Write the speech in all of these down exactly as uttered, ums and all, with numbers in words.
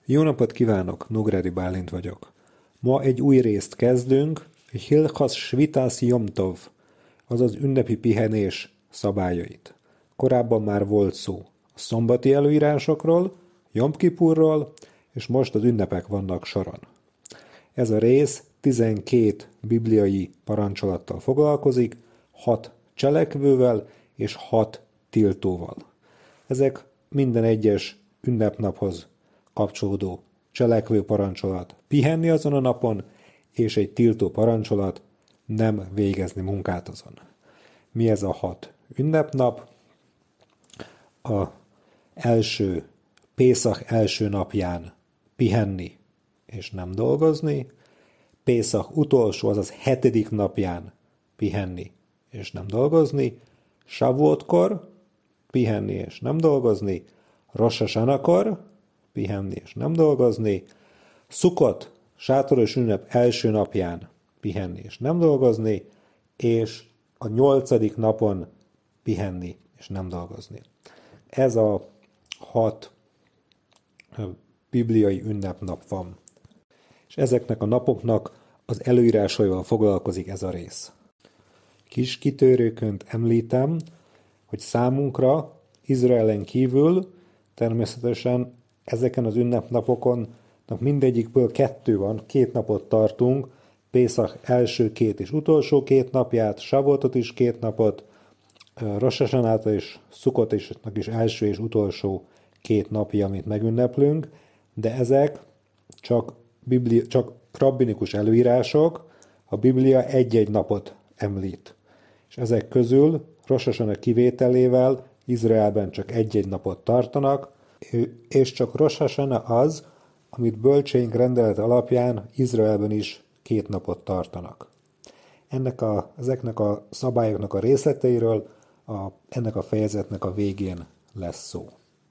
Jó napot kívánok, Nógrádi Bálint vagyok. Ma egy új részt kezdünk, Hilchas Shvitas Yom Tov, azaz ünnepi pihenés szabályait. Korábban már volt szó a szombati előírásokról, Jom Kipurról, és most az ünnepek vannak soron. Ez a rész tizenkét bibliai parancsolattal foglalkozik, hat cselekvővel és hat tiltóval. Ezek minden egyes ünnepnaphoz kapcsolódó cselekvő parancsolat pihenni azon a napon, és egy tiltó parancsolat nem végezni munkát azon. Mi ez a hat ünnepnap? A első Pészach első napján pihenni és nem dolgozni, Pészach utolsó, azaz hetedik napján pihenni és nem dolgozni, Shavuotkor pihenni és nem dolgozni, Rosh Hashanakor pihenni és nem dolgozni, Szukot, sátoros ünnep első napján pihenni és nem dolgozni, és a nyolcadik napon pihenni és nem dolgozni. Ez a hat bibliai ünnepnap van. És ezeknek a napoknak az előírásaival foglalkozik ez a rész. Kis kitörőként említem, hogy számunkra, Izraelen kívül természetesen ezeken az ünnepnapokon mindegyikből kettő van, két napot tartunk, Pészach első két és utolsó két napját, Shavuotot is két napot, Rosh Hashanát és Szukot is, is első és utolsó két napja, amit megünneplünk, de ezek csak, biblia, csak rabbinikus előírások, a Biblia egy-egy napot említ. És ezek közül Rosh Hashana kivételével Izraelben csak egy-egy napot tartanak, és csak Rosh Hashana az, amit bölcseink rendelete alapján Izraelben is két napot tartanak. Ennek a, ezeknek a szabályoknak a részleteiről a, ennek a fejezetnek a végén lesz szó.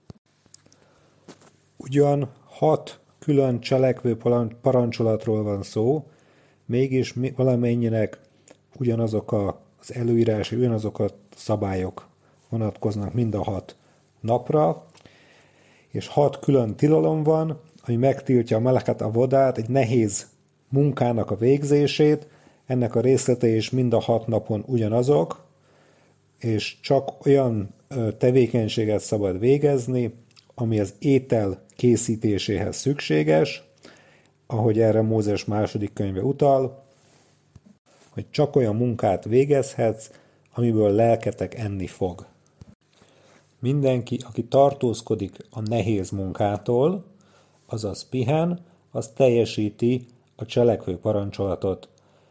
Ugyan hat külön cselekvő parancsolatról van szó, mégis valamennyinek ugyanazok az előírási, ugyanazok a szabályok vonatkoznak mind a hat napra, és hat külön tilalom van, ami megtiltja a meleket avodát, egy nehéz munkának a végzését, ennek a részletei is mind a hat napon ugyanazok, és csak olyan tevékenységet szabad végezni, ami az étel készítéséhez szükséges, ahogy erre Mózes második könyve utal, hogy csak olyan munkát végezhetsz, amiből lelketek enni fog. Mindenki, aki tartózkodik a nehéz munkától, azaz pihen, az teljesíti a cselekvő parancsolatot.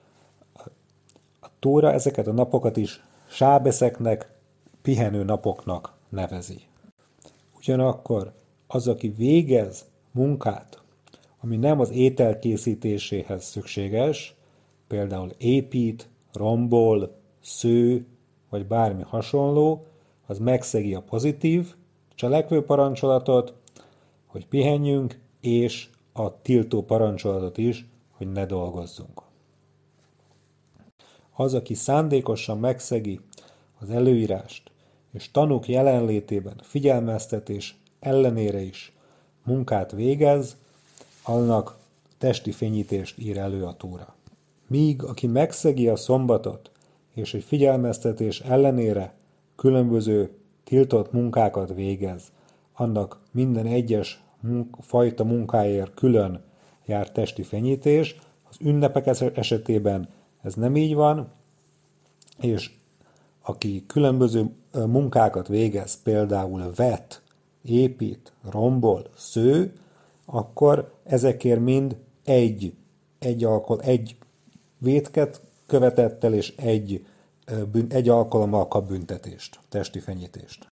A Tóra ezeket a napokat is sábeszeknek, pihenő napoknak nevezi. Ugyanakkor az, aki végez munkát, ami nem az étel készítéséhez szükséges, például épít, rombol, sző, vagy bármi hasonló, az megszegi a pozitív cselekvő parancsolatot, hogy pihenjünk, és a tiltó parancsolatot is, hogy ne dolgozzunk. Az, aki szándékosan megszegi az előírást, és tanúk jelenlétében figyelmeztetés ellenére is munkát végez, annak testi fenyítést ír elő a Tóra. Míg aki megszegi a szombatot, és egy figyelmeztetés ellenére különböző tiltott munkákat végez, annak minden egyes munk- fajta munkáért külön jár testi fenyítés, az ünnepek esetében ez nem így van, és aki különböző munkákat végez, például vet, épít, rombol, sző, akkor ezekért mind egy, egy, alkol, egy vétket követett el, és egy, egy alkalommal kap büntetést, testi fenyítést.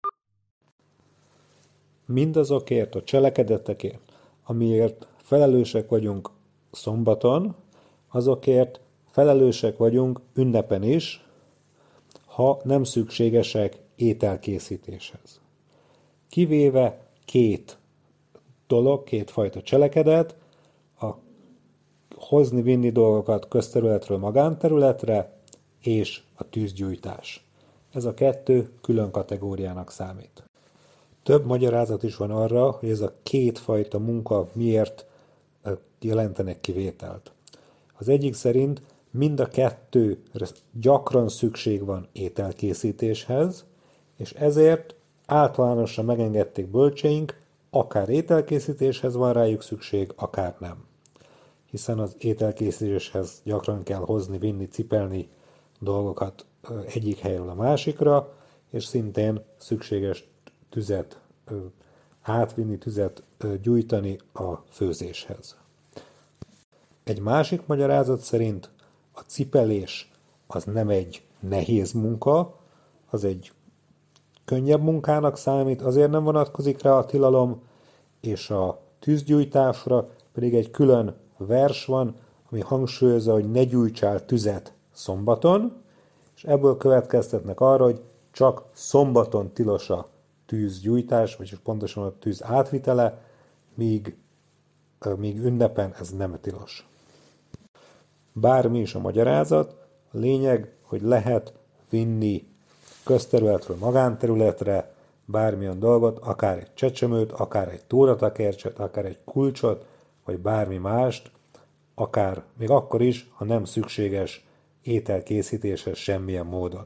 Mindazokért a cselekedetekért, amiért felelősek vagyunk szombaton, azokért felelősek vagyunk ünnepen is, ha nem szükségesek ételkészítéshez. Kivéve két dolog, kétfajta cselekedet, a hozni-vinni dolgokat közterületről magánterületre, és a tűzgyújtás. Ez a kettő külön kategóriának számít. Több magyarázat is van arra, hogy ez a kétfajta munka miért jelentenek kivételt. Az egyik szerint mind a kettőre gyakran szükség van ételkészítéshez, és ezért általánosan megengedték bölcseink, akár ételkészítéshez van rájuk szükség, akár nem. Hiszen az ételkészítéshez gyakran kell hozni, vinni, cipelni dolgokat egyik helyről a másikra, és szintén szükséges tüzet átvinni, tüzet gyújtani a főzéshez. Egy másik magyarázat szerint a cipelés az nem egy nehéz munka, az egy könnyebb munkának számít, azért nem vonatkozik rá a tilalom, és a tűzgyújtásra pedig egy külön vers van, ami hangsúlyozza, hogy ne gyújtsál tüzet szombaton, és ebből következtetnek arra, hogy csak szombaton tilos a tűzgyújtás, vagyis pontosan a tűz átvitele, míg, míg ünnepen ez nem tilos. Bármi is a magyarázat, a lényeg, hogy lehet vinni közterületről magánterületre bármilyen dolgot, akár egy csecsemőt, akár egy tóratakércset, akár egy kulcsot, vagy bármi mást, akár még akkor is, ha nem szükséges ételkészítéshez semmilyen módon.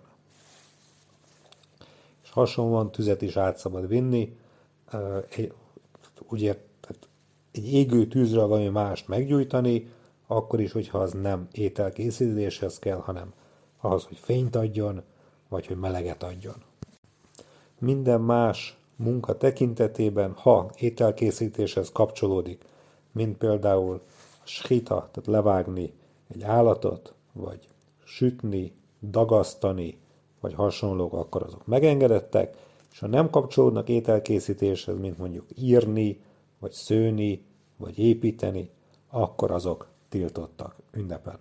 És hasonlóan tüzet is át szabad vinni, ugye egy égő tűzről valami mást meggyújtani, akkor is, hogyha az nem ételkészítéshez kell, hanem ahhoz, hogy fényt adjon, vagy hogy meleget adjon. Minden más munka tekintetében, ha ételkészítéshez kapcsolódik, mint például a shita, tehát levágni egy állatot, vagy sütni, dagasztani, vagy hasonlók, akkor azok megengedettek, és ha nem kapcsolódnak ételkészítéshez, mint mondjuk írni, vagy szőni, vagy építeni, akkor azok tiltottak ünnepen.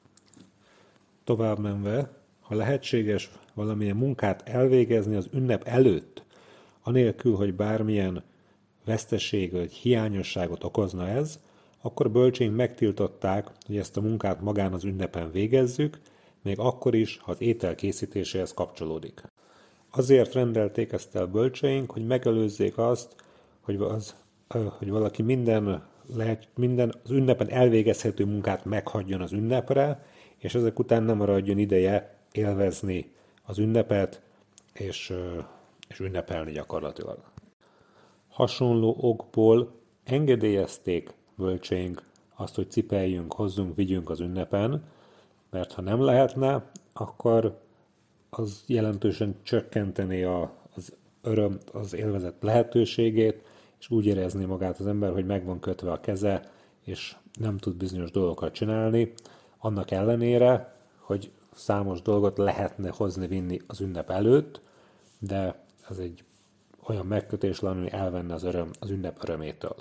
Tovább menve, ha lehetséges valamilyen munkát elvégezni az ünnep előtt, anélkül, hogy bármilyen veszteség vagy hiányosságot okozna ez, akkor bölcsénk megtiltották, hogy ezt a munkát magán az ünnepen végezzük, még akkor is, ha az étel készítéséhez kapcsolódik. Azért rendelték ezt el bölcseink, hogy megelőzzék azt, hogy, az, hogy valaki minden, lehet, minden az ünnepen elvégezhető munkát meghagyjon az ünnepre, és ezek után nem maradjon ideje élvezni az ünnepet, és, és ünnepelni gyakorlatilag. Hasonló okból engedélyezték bölcseink azt, hogy cipeljünk, hozzunk, vigyünk az ünnepen, mert ha nem lehetne, akkor az jelentősen csökkenteni a, az öröm, az élvezet lehetőségét, és úgy érezni magát az ember, hogy meg van kötve a keze, és nem tud bizonyos dolgokat csinálni, annak ellenére, hogy számos dolgot lehetne hozni-vinni az ünnep előtt, de ez egy olyan megkötés lenne, ami elvenne az, öröm, az ünnep örömétől.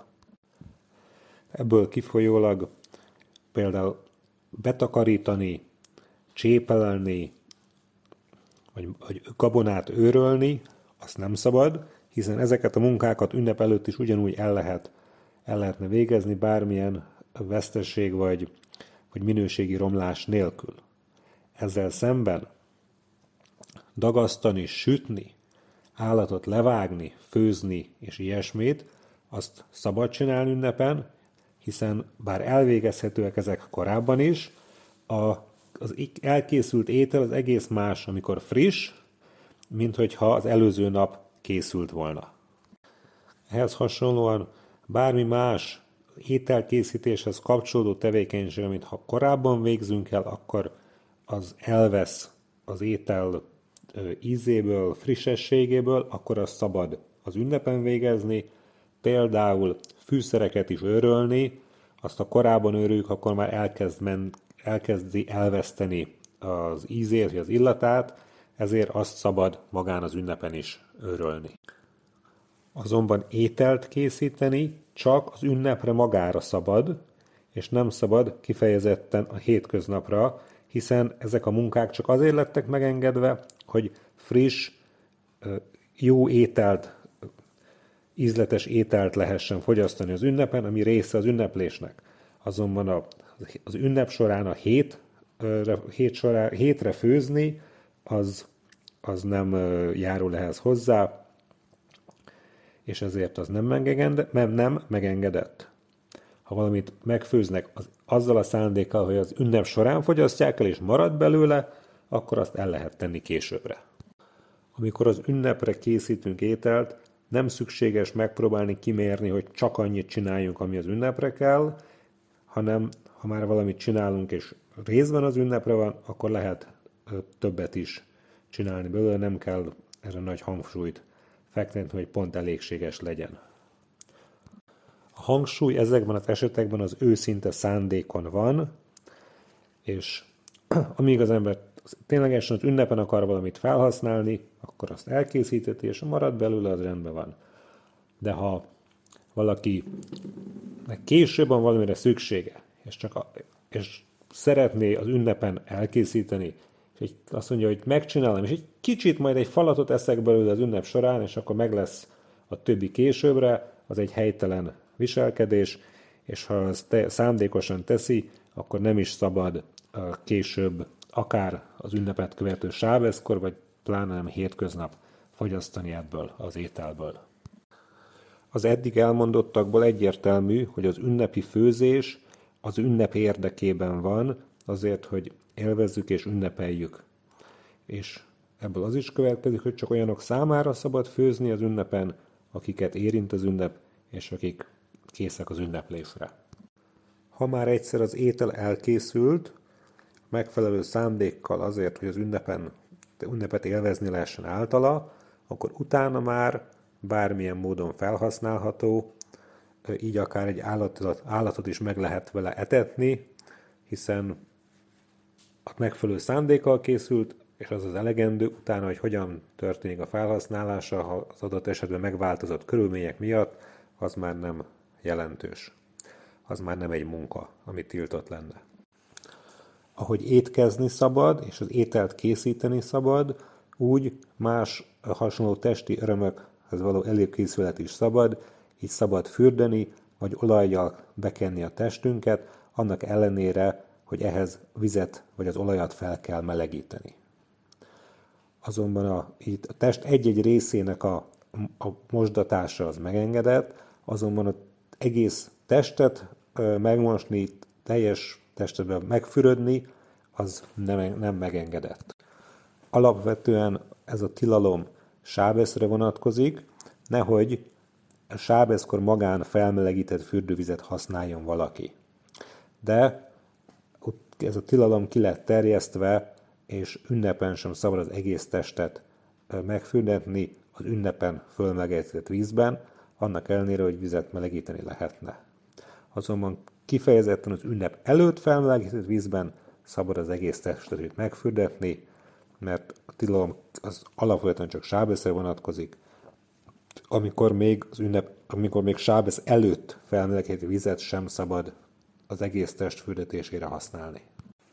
Ebből kifolyólag például betakarítani, csépelni, vagy, vagy gabonát őrölni, azt nem szabad, hiszen ezeket a munkákat ünnep előtt is ugyanúgy el, lehet, el lehetne végezni bármilyen vesztesség vagy, vagy minőségi romlás nélkül. Ezzel szemben dagasztani, sütni, állatot levágni, főzni és ilyesmét, azt szabad csinálni ünnepen, hiszen bár elvégezhetőek ezek korábban is, a, az elkészült étel az egész más, amikor friss, mint hogyha az előző nap készült volna. Ehhez hasonlóan bármi más ételkészítéshez kapcsolódó tevékenység, amit ha korábban végzünk el, akkor az elvesz az étel ízéből, frissességéből, akkor az szabad az ünnepen végezni, például fűszereket is őrölni, azt ha korábban őrüljük, akkor már elkezd men, elkezdi elveszteni az ízét, vagy az illatát, ezért azt szabad magán az ünnepen is őrölni. Azonban ételt készíteni csak az ünnepre magára szabad, és nem szabad kifejezetten a hétköznapra, hiszen ezek a munkák csak azért lettek megengedve, hogy friss, jó ételt, ízletes ételt lehessen fogyasztani az ünnepen, ami része az ünneplésnek. Azonban az ünnep során a hét, hét során, hétre főzni, az, az nem járul ehhez hozzá, és ezért az nem, megengedett, nem, nem megengedett. Ha valamit megfőznek az, azzal a szándékkal, hogy az ünnep során fogyasztják el, és marad belőle, akkor azt el lehet tenni későbbre. Amikor az ünnepre készítünk ételt, nem szükséges megpróbálni kimérni, hogy csak annyit csináljunk, ami az ünnepre kell, hanem ha már valamit csinálunk, és részben az ünnepre van, akkor lehet többet is csinálni belőle, nem kell erre nagy hangsúlyt fektetni, hogy pont elégséges legyen. A hangsúly ezekben az esetekben az őszinte szándékon van, és amíg az ember ténylegesen az ünnepen akar valamit felhasználni, akkor azt elkészíteti, és ha marad belőle, az rendben van. De ha valaki később van valamire szüksége, és, csak a, és szeretné az ünnepen elkészíteni, és azt mondja, hogy megcsinálom, és egy kicsit majd egy falatot eszek belőle az ünnep során, és akkor meg lesz a többi későbbre, az egy helytelen viselkedés, és ha ezt te, szándékosan teszi, akkor nem is szabad uh, később akár az ünnepet követő sábeszkor, vagy pláne nem hétköznap fogyasztani ebből az ételből. Az eddig elmondottakból egyértelmű, hogy az ünnepi főzés az ünnep érdekében van, azért, hogy élvezzük és ünnepeljük. És ebből az is következik, hogy csak olyanok számára szabad főzni az ünnepen, akiket érint az ünnep, és akik készek az ünneplésre. Ha már egyszer az étel elkészült, megfelelő szándékkal azért, hogy az ünnepen, ünnepet élvezni lehessen általa, akkor utána már bármilyen módon felhasználható, így akár egy állatot, állatot is meg lehet vele etetni, hiszen a megfelelő szándékkal készült, és az az elegendő, utána, hogy hogyan történik a felhasználása, ha az adott esetben megváltozott körülmények miatt, az már nem jelentős. Az már nem egy munka, ami tiltott lenne. Ahogy étkezni szabad, és az ételt készíteni szabad, úgy más hasonló testi örömökhez való előkészület is szabad, így szabad fürdeni, vagy olajjal bekenni a testünket, annak ellenére, hogy ehhez vizet vagy az olajat fel kell melegíteni. Azonban a, itt a test egy-egy részének a, a mosdatása az megengedett, azonban az egész testet megmosni, teljes testetben megfürödni, az nem, nem megengedett. Alapvetően ez a tilalom sábeszre vonatkozik, nehogy a sábeszkor magán felmelegített fürdővizet használjon valaki. De ez a tilalom ki lett terjesztve, és ünnepen sem szabad az egész testet megfürdetni az ünnepen fölmelegített vízben, annak ellenére, hogy vizet melegíteni lehetne. Azonban kifejezetten az ünnep előtt felmelegített vízben szabad az egész testet megfürdetni, mert a tilalom az alapvetően csak sábeszre vonatkozik, amikor még az ünnep, amikor még sábesz előtt felmelegített vizet sem szabad az egész test fürdetésére használni.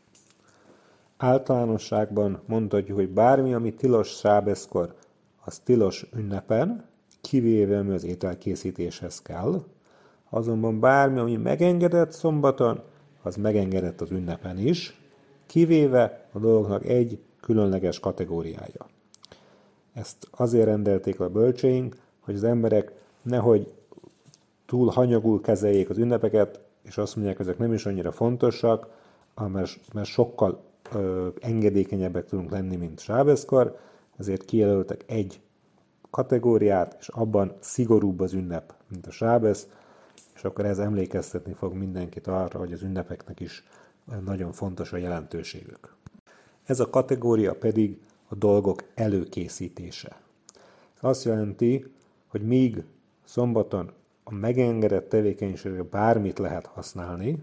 Általánosságban mondhatjuk, hogy bármi, ami tilos sábeszkor, az tilos ünnepen, kivéve ami az ételkészítéshez kell, azonban bármi, ami megengedett szombaton, az megengedett az ünnepen is, kivéve a dolgoknak egy különleges kategóriája. Ezt azért rendelték a bölcseink, hogy az emberek nehogy túl hanyagul kezeljék az ünnepeket, és azt mondják, hogy ezek nem is annyira fontosak, mert, mert sokkal ö, engedékenyebbek tudunk lenni, mint sábeszkor, ezért kijelöltek egy kategóriát, és abban szigorúbb az ünnep, mint a sábesz, és akkor ez emlékeztetni fog mindenkit arra, hogy az ünnepeknek is nagyon fontos a jelentőségük. Ez a kategória pedig a dolgok előkészítése. Ez azt jelenti, hogy míg szombaton a megengedett tevékenységre bármit lehet használni,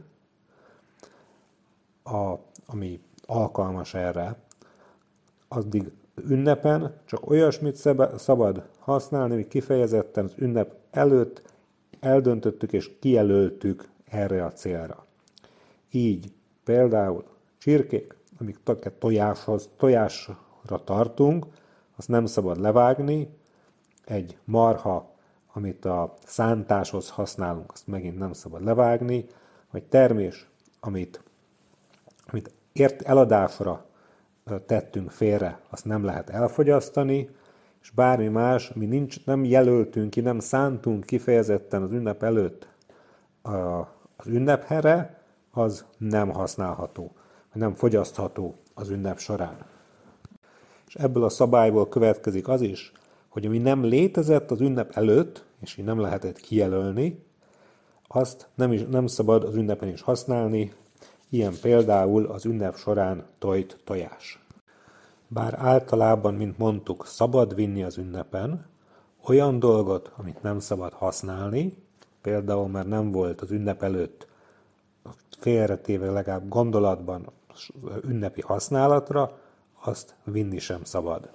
a, ami alkalmas erre, addig ünnepen csak olyasmit szabad használni, hogy kifejezetten az ünnep előtt eldöntöttük és kijelöltük erre a célra. Így például csirkék, amik tojáshoz, tojásra tartunk, azt nem szabad levágni, egy marha, amit a szántáshoz használunk, azt megint nem szabad levágni, vagy termés, amit, amit ért eladásra tettünk félre, azt nem lehet elfogyasztani, és bármi más, ami nincs, nem jelöltünk ki, nem szántunk kifejezetten az ünnep előtt a, az ünnephere, az nem használható, vagy nem fogyasztható az ünnep során. És ebből a szabályból következik az is, hogy ami nem létezett az ünnep előtt, és így nem lehetett kijelölni, azt nem, is, nem szabad az ünnepen is használni, ilyen például az ünnep során tojt tojás. Bár általában, mint mondtuk, szabad vinni az ünnepen, olyan dolgot, amit nem szabad használni, például mert nem volt az ünnep előtt félretéve legalább gondolatban ünnepi használatra, azt vinni sem szabad.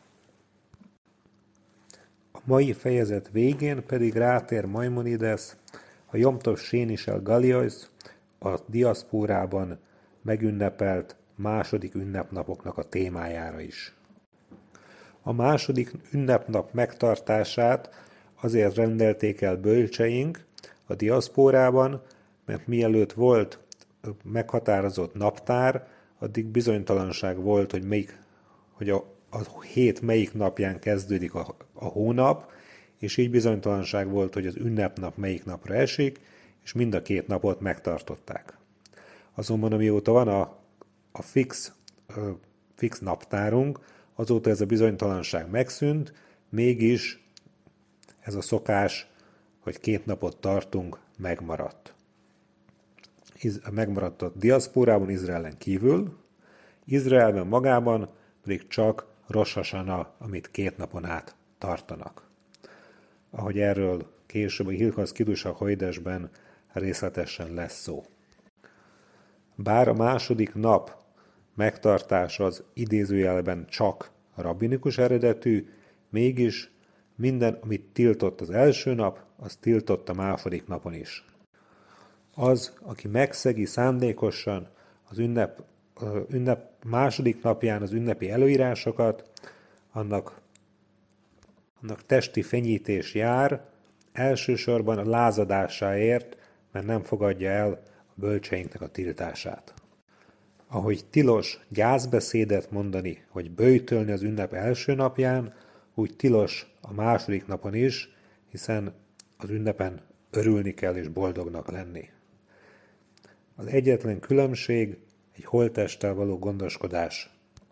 A mai fejezet végén pedig rátér Maimonides a Jom Tov Sheni shel Galiois, a diaszpórában megünnepelt második ünnepnapoknak a témájára is. A második ünnepnap megtartását azért rendelték el bölcseink a diaszpórában, mert mielőtt volt meghatározott naptár, addig bizonytalanság volt, hogy, melyik, hogy a, a hét melyik napján kezdődik a, a hónap, és így bizonytalanság volt, hogy az ünnepnap melyik napra esik, és mind a két napot megtartották. Azonban amióta van a, a fix, ö, fix naptárunk, azóta ez a bizonytalanság megszűnt, mégis ez a szokás, hogy két napot tartunk, megmaradt. Megmaradt a diaszpórában, Izraelen kívül, Izraelben magában pedig csak Rosh Hashanah, amit két napon át tartanak. Ahogy erről később a Hilchos Kiddush HaChodesh-ben részletesen lesz szó. Bár a második nap megtartása az idézőjelben csak rabbinikus eredetű, mégis minden, amit tiltott az első nap, az tiltott a második napon is. Az, aki megszegi szándékosan az ünnep, ünnep második napján az ünnepi előírásokat, annak, annak testi fenyítés jár, elsősorban a lázadásáért, mert nem fogadja el a bölcseinknek a tiltását. Ahogy tilos gyászbeszédet mondani, vagy böjtölni az ünnep első napján, úgy tilos a második napon is, hiszen az ünnepen örülni kell és boldognak lenni. Az egyetlen különbség egy holttesttel való gondoskodás.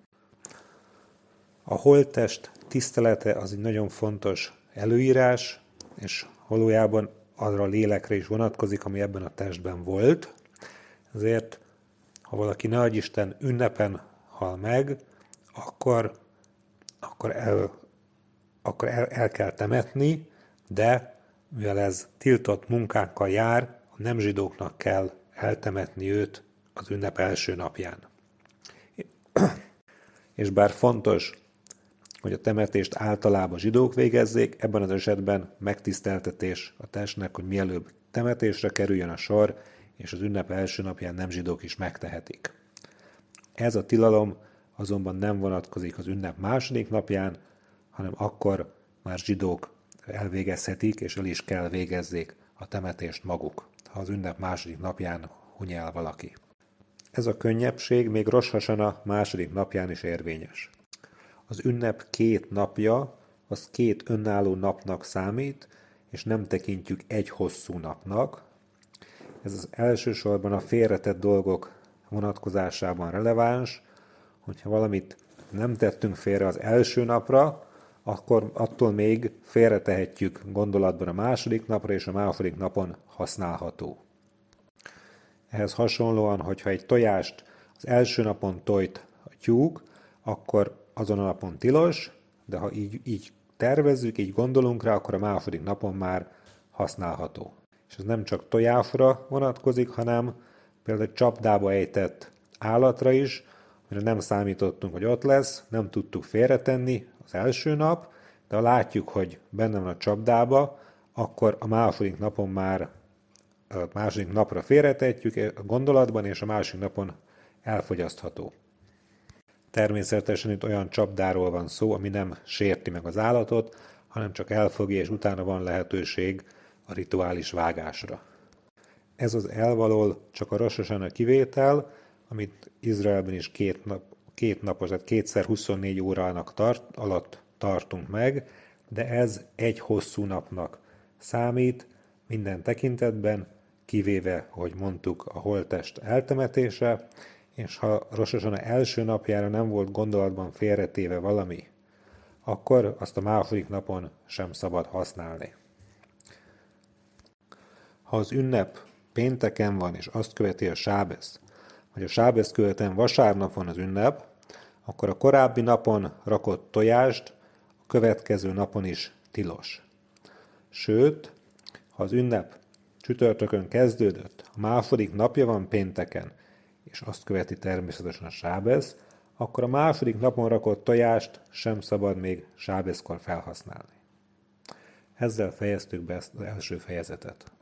A holttest tisztelete az egy nagyon fontos előírás, és valójában arra a lélekre is vonatkozik, ami ebben a testben volt. Ezért, ha valaki ne adj Isten ünnepen hal meg, akkor, akkor, el, akkor el, el kell temetni, de mivel ez tiltott munkánkkal jár, a nem zsidóknak kell eltemetni őt az ünnep első napján. És bár fontos, hogy a temetést általában zsidók végezzék, ebben az esetben megtiszteltetés a testnek, hogy mielőbb temetésre kerüljön a sor, és az ünnep első napján nem zsidók is megtehetik. Ez a tilalom azonban nem vonatkozik az ünnep második napján, hanem akkor már zsidók elvégezhetik, és el is kell végezzék a temetést maguk, ha az ünnep második napján hunyel valaki. Ez a könnyebbség még Rosh Hashanah második napján is érvényes. Az ünnep két napja, az két önálló napnak számít, és nem tekintjük egy hosszú napnak. Ez az elsősorban a félretett dolgok vonatkozásában releváns, hogyha valamit nem tettünk félre az első napra, akkor attól még félretehetjük gondolatban a második napra, és a második napon használható. Ehhez hasonlóan, hogyha egy tojást az első napon tojt a tyúk, akkor azon a napon tilos, de ha így, így tervezzük, így gondolunk rá, akkor a második napon már használható. És ez nem csak tojásra vonatkozik, hanem például egy csapdába ejtett állatra is, amire nem számítottunk, hogy ott lesz, nem tudtuk félretenni az első nap, de ha látjuk, hogy benne van a csapdába, akkor a második napon már a második napra félretetjük a gondolatban, és a másik napon elfogyasztható. Természetesen itt olyan csapdáról van szó, ami nem sérti meg az állatot, hanem csak elfogja, és utána van lehetőség a rituális vágásra. Ez az elvaló csak a Rosh Hashanah kivétel, amit Izraelben is két, nap, két napos, tehát kétszer huszonnégy órának tart, alatt tartunk meg, de ez egy hosszú napnak számít minden tekintetben, kivéve, hogy mondtuk, a holttest eltemetése, és ha Rosh Hasana első napjára nem volt gondolatban félretéve valami, akkor azt a második napon sem szabad használni. Ha az ünnep pénteken van, és azt követi a sábesz, vagy a sábesz követően vasárnap van az ünnep, akkor a korábbi napon rakott tojást a következő napon is tilos. Sőt, ha az ünnep csütörtökön kezdődött, a második napja van pénteken, és azt követi természetesen a sábesz, akkor a második napon rakott tojást sem szabad még sábeszkor felhasználni. Ezzel fejeztük be ezt az első fejezetet.